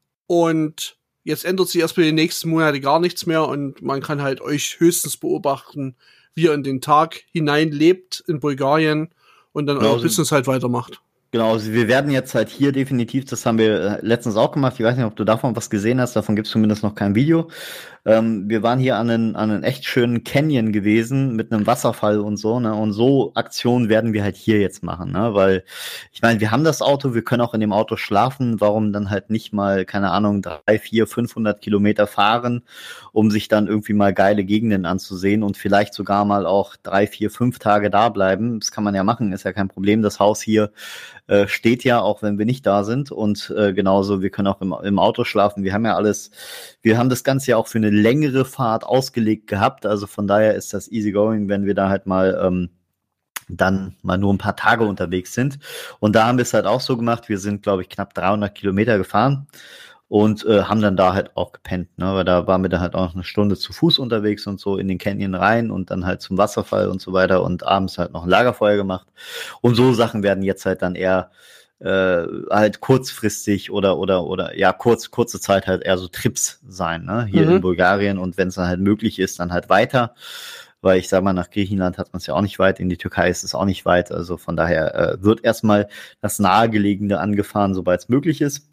und jetzt ändert sich erstmal die nächsten Monate gar nichts mehr und man kann halt euch höchstens beobachten, wie ihr in den Tag hinein lebt in Bulgarien und dann Genau, euer so- Business halt weitermacht. Genau, also wir werden jetzt halt hier definitiv, das haben wir äh, letztens auch gemacht, ich weiß nicht, ob du davon was gesehen hast, davon gibt es zumindest noch kein Video. Ähm, wir waren hier an einen, an einen echt schönen Canyon gewesen mit einem Wasserfall und so, ne? Und so Aktionen werden wir halt hier jetzt machen, ne? Weil ich meine, wir haben das Auto, wir können auch in dem Auto schlafen, warum dann halt nicht mal, keine Ahnung, drei, vier, fünfhundert Kilometer fahren, um sich dann irgendwie mal geile Gegenden anzusehen und vielleicht sogar mal auch drei, vier, fünf Tage da bleiben. Das kann man ja machen, ist ja kein Problem. Das Haus hier äh, steht ja, auch wenn wir nicht da sind. Und äh, genauso, wir können auch im, im Auto schlafen. Wir haben ja alles, wir haben das Ganze ja auch für eine längere Fahrt ausgelegt gehabt. Also von daher ist das easy going, wenn wir da halt mal ähm, dann mal nur ein paar Tage unterwegs sind. Und da haben wir es halt auch so gemacht. Wir sind, glaube ich, knapp dreihundert Kilometer gefahren und äh, haben dann da halt auch gepennt, ne? Weil da waren wir dann halt auch eine Stunde zu Fuß unterwegs und so in den Canyon rein und dann halt zum Wasserfall und so weiter und abends halt noch ein Lagerfeuer gemacht. Und so Sachen werden jetzt halt dann eher äh, halt kurzfristig oder oder oder ja kurz kurze Zeit halt eher so Trips sein, ne? Hier Mhm. in Bulgarien, und wenn es dann halt möglich ist, dann halt weiter. Weil ich sag mal, nach Griechenland hat man es ja auch nicht weit, in die Türkei ist es auch nicht weit. Also von daher äh, wird erstmal das Nahegelegene angefahren, sobald es möglich ist.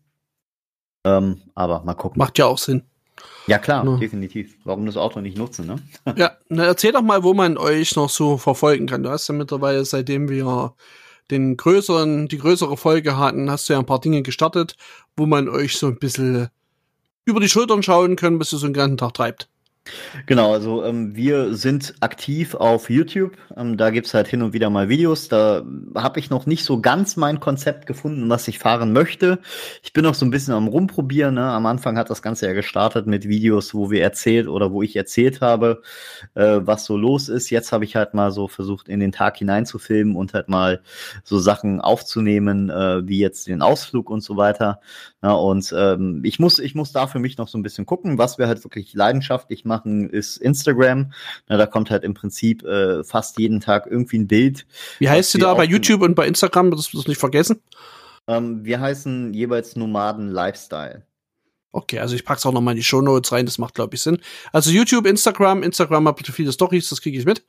Ähm, aber mal gucken. Macht ja auch Sinn. Ja klar, Ja. definitiv. Warum das Auto nicht nutzen, ne? Ja, na, erzähl doch mal, wo man euch noch so verfolgen kann. Du hast ja mittlerweile, seitdem wir den größeren, die größere Folge hatten, hast du ja ein paar Dinge gestartet, wo man euch so ein bisschen über die Schultern schauen kann, bis ihr so einen ganzen Tag treibt. Genau, also ähm, wir sind aktiv auf YouTube. Ähm, da gibt's halt hin und wieder mal Videos. Da habe ich noch nicht so ganz mein Konzept gefunden, was ich fahren möchte. Ich bin noch so ein bisschen am Rumprobieren. Ne? Am Anfang hat das Ganze ja gestartet mit Videos, wo wir erzählt oder wo ich erzählt habe, äh, was so los ist. Jetzt habe ich halt mal so versucht, in den Tag hinein zu filmen und halt mal so Sachen aufzunehmen, äh, wie jetzt den Ausflug und so weiter. Ja, und ähm, ich muss, ich muss da für mich noch so ein bisschen gucken, was wir halt wirklich leidenschaftlich machen, ist Instagram. Na, da kommt halt im Prinzip äh, fast jeden Tag irgendwie ein Bild. Wie heißt sie wir da bei auf- YouTube und bei Instagram? Das wirst du nicht vergessen. Ähm, wir heißen jeweils Nomaden Lifestyle. Okay, also ich pack's auch noch mal in die Shownotes rein, das macht, glaube ich, Sinn. Also YouTube, Instagram, Instagram habt ihr viele Stories, das kriege ich mit.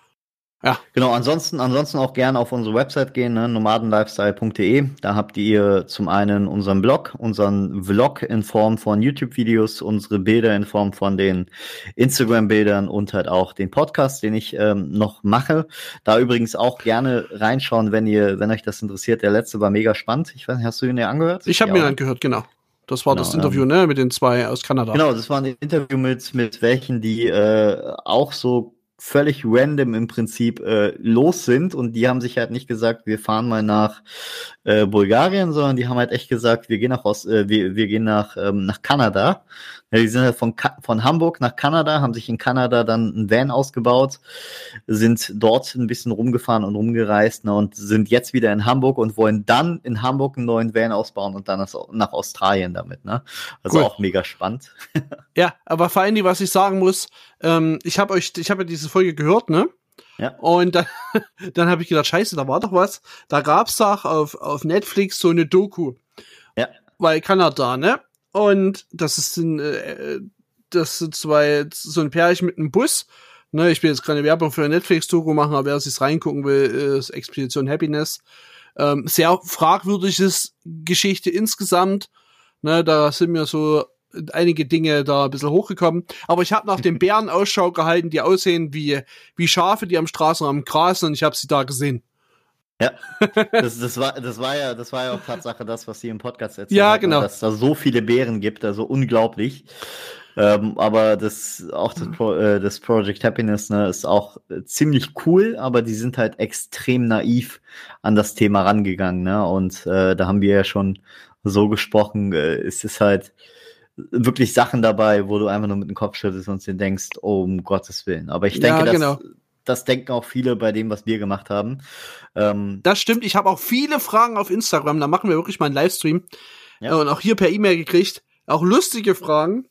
Ja. Genau, ansonsten, ansonsten auch gerne auf unsere Website gehen, ne, nomadenlifestyle punkt de. Da habt ihr zum einen unseren Blog, unseren Vlog in Form von YouTube-Videos, unsere Bilder in Form von den Instagram-Bildern und halt auch den Podcast, den ich ähm, noch mache. Da übrigens auch gerne reinschauen, wenn ihr, wenn euch das interessiert. Der letzte war mega spannend. Ich weiß nicht, hast du ihn ja angehört? Ich habe ja, mir oder? dann gehört, genau. Das war Genau, das Interview, ähm, ne, mit den zwei aus Kanada. Genau, das war ein Interview mit, mit welchen, die äh, auch so völlig random im Prinzip äh, los sind, und die haben sich halt nicht gesagt, wir fahren mal nach äh, Bulgarien, sondern die haben halt echt gesagt, wir gehen nach Ost, äh, wir, wir gehen nach ähm, nach Kanada. Ja, die sind halt von Ka- von Hamburg nach Kanada, haben sich in Kanada dann ein Van ausgebaut, sind dort ein bisschen rumgefahren und rumgereist, ne, und sind jetzt wieder in Hamburg und wollen dann in Hamburg einen neuen Van ausbauen und dann nach, nach Australien damit, ne? Also Cool. auch mega spannend. Ja, aber vor allem, was ich sagen muss, ähm, ich habe euch, ich habe ja diese Folge gehört, ne? Ja. Und dann, dann habe ich gedacht, scheiße, da war doch was. Da gab's doch auf, auf Netflix so eine Doku. Ja. Weil Kanada, ne? Und das ist ein, äh, das sind zwei, so ein Pärchen mit einem Bus. Ne, ich will jetzt keine Werbung für eine Netflix-Doku machen, aber wer sich reingucken will, ist Expedition Happiness. Ähm, sehr fragwürdiges Geschichte insgesamt. Ne, da sind mir so einige Dinge da ein bisschen hochgekommen. Aber ich habe nach den Bären Ausschau gehalten, die aussehen wie, wie Schafe, die am Straßenrand grasen, und ich habe sie da gesehen. Ja, das, das, war, das, war ja, das war ja auch Tatsache das, was sie im Podcast erzählt Ja, hat, ne, genau. dass da so viele Bären gibt, also unglaublich. Ähm, aber das auch das, Pro, äh, das Project Happiness, ne, ist auch äh, ziemlich cool, aber die sind halt extrem naiv an das Thema rangegangen, ne? Und äh, da haben wir ja schon so gesprochen, äh, es ist halt wirklich Sachen dabei, wo du einfach nur mit dem Kopf schüttelst und dir denkst, oh, um Gottes Willen. Aber ich denke, Ja, dass genau. das denken auch viele bei dem, was wir gemacht haben. Ähm, Das stimmt, ich habe auch viele Fragen auf Instagram, da machen wir wirklich mal einen Livestream. Ja. Und auch hier per E-Mail gekriegt. Auch lustige Fragen,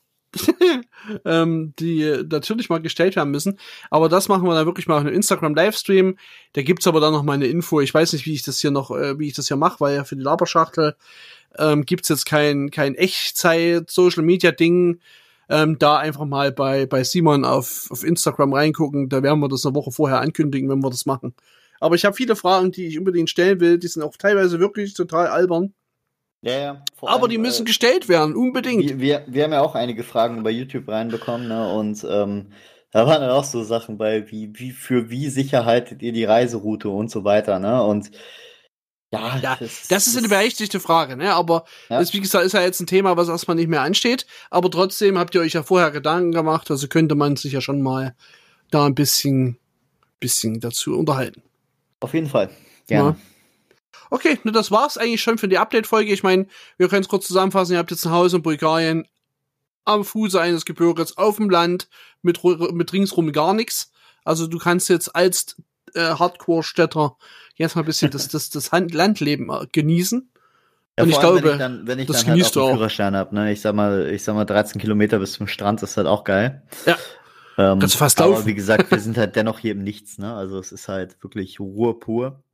ähm, die natürlich mal gestellt werden müssen. Aber das machen wir dann wirklich mal auf einem Instagram-Livestream. Da gibt's aber dann noch mal eine Info. Ich weiß nicht, wie ich das hier noch, äh, wie ich das hier mache, weil ja für die Laberschachtel ähm, gibt's jetzt kein, kein Echtzeit-Social-Media-Ding. Ähm, da einfach mal bei, bei Simon auf, auf Instagram reingucken. Da werden wir das eine Woche vorher ankündigen, wenn wir das machen. Aber ich habe viele Fragen, die ich unbedingt stellen will. Die sind auch teilweise wirklich total albern. Ja, ja. Vor Aber allem, die müssen äh, gestellt werden, unbedingt. Wir, wir, wir haben ja auch einige Fragen bei YouTube reinbekommen, ne? Und ähm, da waren dann auch so Sachen bei, wie, wie, für wie sicher haltet ihr die Reiseroute und so weiter, ne? Und ja, Ja, das, das ist eine berechtigte Frage, ne? Aber Ja. das, wie gesagt, ist ja jetzt ein Thema, was erstmal nicht mehr ansteht. Aber trotzdem habt ihr euch ja vorher Gedanken gemacht, also könnte man sich ja schon mal da ein bisschen, bisschen dazu unterhalten. Auf jeden Fall. Gerne. Ja. Okay, ne, das war's eigentlich schon für die Update-Folge. Ich meine, wir können es kurz zusammenfassen. Ihr habt jetzt ein Haus in Bulgarien am Fuße eines Gebirges auf dem Land mit, mit ringsrum gar nichts. Also du kannst jetzt als äh, Hardcore-Städter jetzt mal ein bisschen das, das, das Hand Landleben äh, genießen. Ja, Und ich vor allem, glaube, wenn ich dann, wenn ich das dann halt genießt auch du einen auch. Führerschein hab, ne? Ich sag mal, ich sag mal dreizehn Kilometer bis zum Strand ist halt auch geil. Ja. Ähm, Kannst du fast aber laufen. wie gesagt, wir sind halt dennoch hier im Nichts, ne? Also es ist halt wirklich Ruhe pur.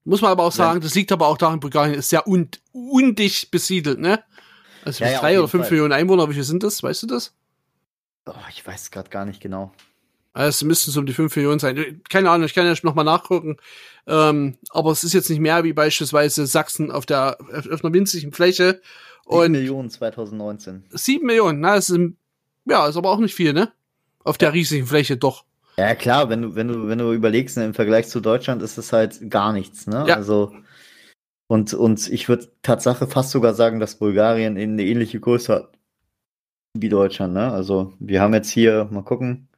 Muss man aber auch sagen, das liegt aber auch daran, Bulgarien ist sehr un undicht besiedelt, ne? Also Ja, ja, drei auf oder fünf jeden Fall. Millionen Einwohner, wie viel sind das? Weißt du das? Oh, ich weiß gerade gar nicht genau. Also es müssten so um die fünf Millionen sein. Keine Ahnung, ich kann ja noch mal nachgucken. Ähm, aber es ist jetzt nicht mehr wie beispielsweise Sachsen auf der auf einer winzigen Fläche. sieben Und Millionen zwanzig neunzehn. sieben Millionen, na, das ist, ja, ist aber auch nicht viel, ne? Auf der riesigen Fläche doch. Ja, klar, wenn du, wenn du, wenn du überlegst, ne, im Vergleich zu Deutschland ist es halt gar nichts, ne? Ja. Also, und, und ich würde Tatsache fast sogar sagen, dass Bulgarien eine ähnliche Größe hat wie Deutschland, ne? Also, wir haben jetzt hier, mal gucken.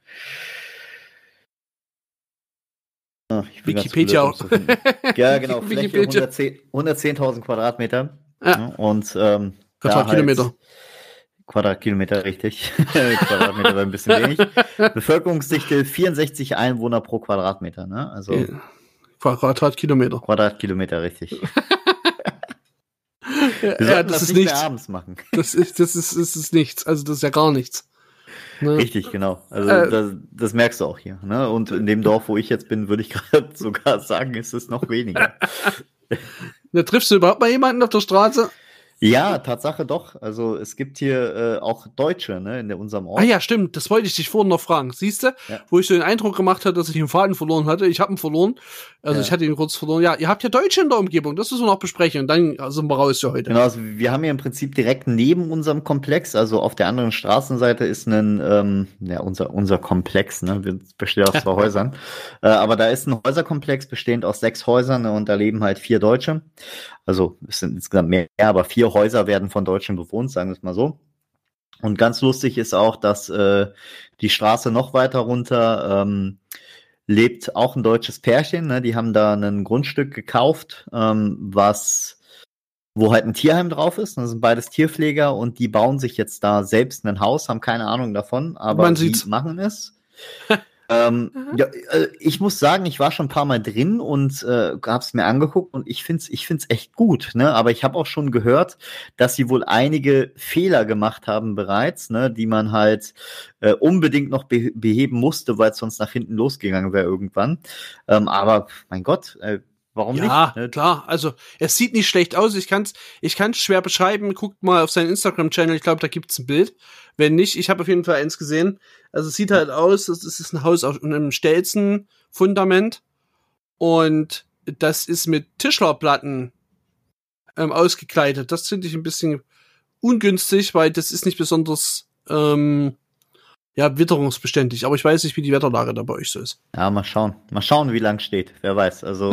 Ach, ich bin Wikipedia ganz blöd, um zu finden. Ja, genau, Fläche Wikipedia. hundertzehntausend Quadratmeter. Ja. Ne? Und, ähm, Quadratkilometer. Halt Quadratkilometer, richtig. Quadratmeter wäre ein bisschen wenig. Bevölkerungsdichte vierundsechzig Einwohner pro Quadratmeter, ne? Also Ja. Quadratkilometer. Quadratkilometer, richtig. Wir ja, sollten das, das ist nicht nichts. mehr abends machen. Das ist, das ist, das ist nichts. Also das ist ja gar nichts. Ne? Richtig, genau. Also Äh, das, das merkst du auch hier. Ne? Und in dem Dorf, wo ich jetzt bin, würde ich gerade sogar sagen, ist es noch weniger. Da triffst du überhaupt mal jemanden auf der Straße? Ja, Tatsache doch. Also es gibt hier äh, auch Deutsche, ne, in unserem Ort. Ah ja, stimmt. Das wollte ich dich vorhin noch fragen. Siehst du, Ja. wo ich so den Eindruck gemacht hatte, dass ich den Faden verloren hatte. Ich habe ihn verloren. Also Ja. ich hatte ihn kurz verloren. Ja, ihr habt ja Deutsche in der Umgebung. Das müssen wir noch besprechen. Und dann sind wir raus für heute. Genau, also wir haben hier im Prinzip direkt neben unserem Komplex, also auf der anderen Straßenseite ist ein, ähm, ja, unser, unser Komplex, ne, wir bestehen aus zwei Häusern, äh, aber da ist ein Häuserkomplex bestehend aus sechs Häusern, ne, und da leben halt vier Deutsche, also es sind insgesamt mehr, aber vier Häuser werden von Deutschen bewohnt, sagen wir es mal so. Und ganz lustig ist auch, dass äh, die Straße noch weiter runter ähm, lebt auch ein deutsches Pärchen, ne, die haben da ein Grundstück gekauft, ähm, was wo halt ein Tierheim drauf ist. Das sind beides Tierpfleger und die bauen sich jetzt da selbst ein Haus, haben keine Ahnung davon, aber Man die sieht's. machen es. ähm, ja, äh, ich muss sagen, ich war schon ein paar Mal drin und äh, hab's mir angeguckt und ich find's, ich find's echt gut, ne? Aber ich habe auch schon gehört, dass sie wohl einige Fehler gemacht haben bereits, ne, die man halt äh, unbedingt noch be beheben musste, weil es sonst nach hinten losgegangen wäre irgendwann. Ähm, aber mein Gott, äh, warum Ja, nicht? Ne? klar. Also, es sieht nicht schlecht aus. Ich kann's, ich kann's schwer beschreiben. Guckt mal auf seinen Instagram-Channel. Ich glaube, da gibt's ein Bild. Wenn nicht, ich habe auf jeden Fall eins gesehen. Also, es sieht halt aus, es ist ein Haus auf einem Stelzen-Fundament. Und das ist mit Tischlerplatten ähm, ausgekleidet. Das finde ich ein bisschen ungünstig, weil das ist nicht besonders, ähm, ja, witterungsbeständig. Aber ich weiß nicht, wie die Wetterlage da bei euch so ist. Ja, mal schauen. Mal schauen, wie lang steht. Wer weiß. Also,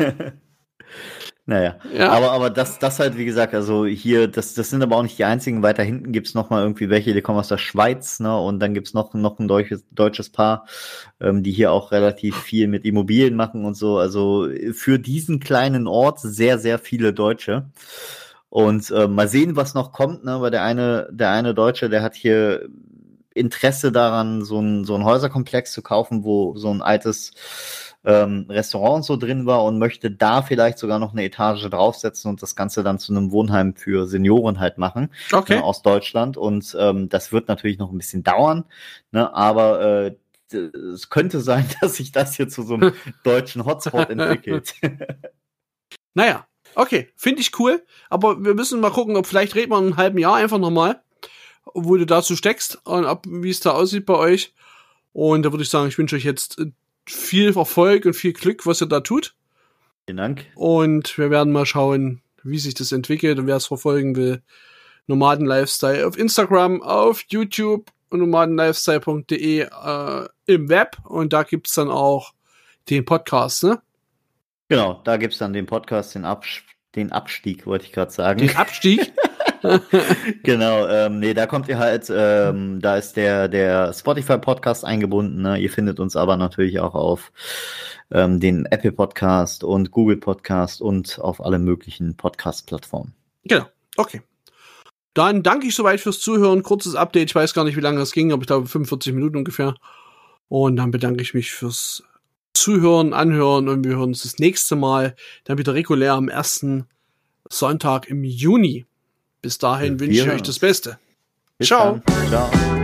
naja. Ja. Aber, aber das, das halt, wie gesagt, also hier, das, das sind aber auch nicht die einzigen. Weiter hinten gibt's noch mal irgendwie welche, die kommen aus der Schweiz, ne? Und dann gibt's noch, noch ein deutsches, deutsches Paar, ähm, die hier auch relativ viel mit Immobilien machen und so. Also für diesen kleinen Ort sehr, sehr viele Deutsche. Und äh, mal sehen, was noch kommt, ne? Weil der eine, der eine Deutsche, der hat hier Interesse daran, so ein, so ein Häuserkomplex zu kaufen, wo so ein altes ähm, Restaurant so drin war und möchte da vielleicht sogar noch eine Etage draufsetzen und das Ganze dann zu einem Wohnheim für Senioren halt machen, Okay. ne, aus Deutschland. Und ähm, das wird natürlich noch ein bisschen dauern, ne, aber äh, es könnte sein, dass sich das hier zu so einem deutschen Hotspot entwickelt. Naja, okay, finde ich cool. Aber wir müssen mal gucken, ob vielleicht reden wir in einem halben Jahr einfach nochmal, wo du dazu steckst und ob, wie es da aussieht bei euch. Und da würde ich sagen, ich wünsche euch jetzt viel Erfolg und viel Glück, was ihr da tut. Vielen Dank. Und wir werden mal schauen, wie sich das entwickelt und wer es verfolgen will. Nomaden Lifestyle auf Instagram, auf YouTube und nomadenlifestyle punkt de äh, im Web. Und da gibt's dann auch den Podcast, ne? Genau, da gibt's dann den Podcast, den, Abs den Abstieg, wollte ich gerade sagen. Den Abstieg? Genau, ähm, nee, da kommt ihr halt, ähm, da ist der, der Spotify-Podcast eingebunden, ne? Ihr findet uns aber natürlich auch auf ähm, den Apple Podcast und Google Podcast und auf alle möglichen Podcast-Plattformen. Genau, okay. Dann danke ich soweit fürs Zuhören. Kurzes Update, ich weiß gar nicht, wie lange das ging, aber ich glaube fünfundvierzig Minuten ungefähr. Und dann bedanke ich mich fürs Zuhören, Anhören und wir hören uns das nächste Mal dann wieder regulär am ersten Sonntag im Juni. Bis dahin wünsche ich euch das Beste. Bis Ciao. dann. Ciao.